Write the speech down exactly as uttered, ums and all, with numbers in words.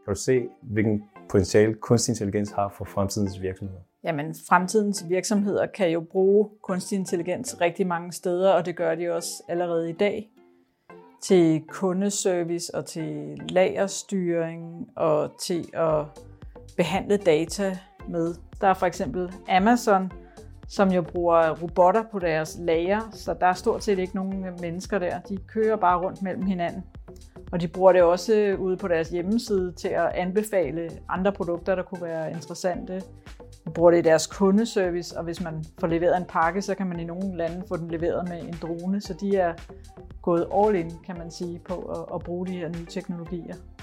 Kan du se, hvilken potentiale kunstig intelligens har for fremtidens virksomheder? Jamen, fremtidens virksomheder kan jo bruge kunstig intelligens rigtig mange steder, og det gør de også allerede i dag. Til kundeservice og til lagerstyring og til at behandle data med. Der er for eksempel Amazon, som jo bruger robotter på deres lager, så der er stort set ikke nogen mennesker der. De kører bare rundt mellem hinanden. Og de bruger det også ude på deres hjemmeside til at anbefale andre produkter, der kunne være interessante. De bruger det i deres kundeservice, og hvis man får leveret en pakke, så kan man i nogle lande få den leveret med en drone. Så de er gået all in, kan man sige, på at, at bruge de her nye teknologier.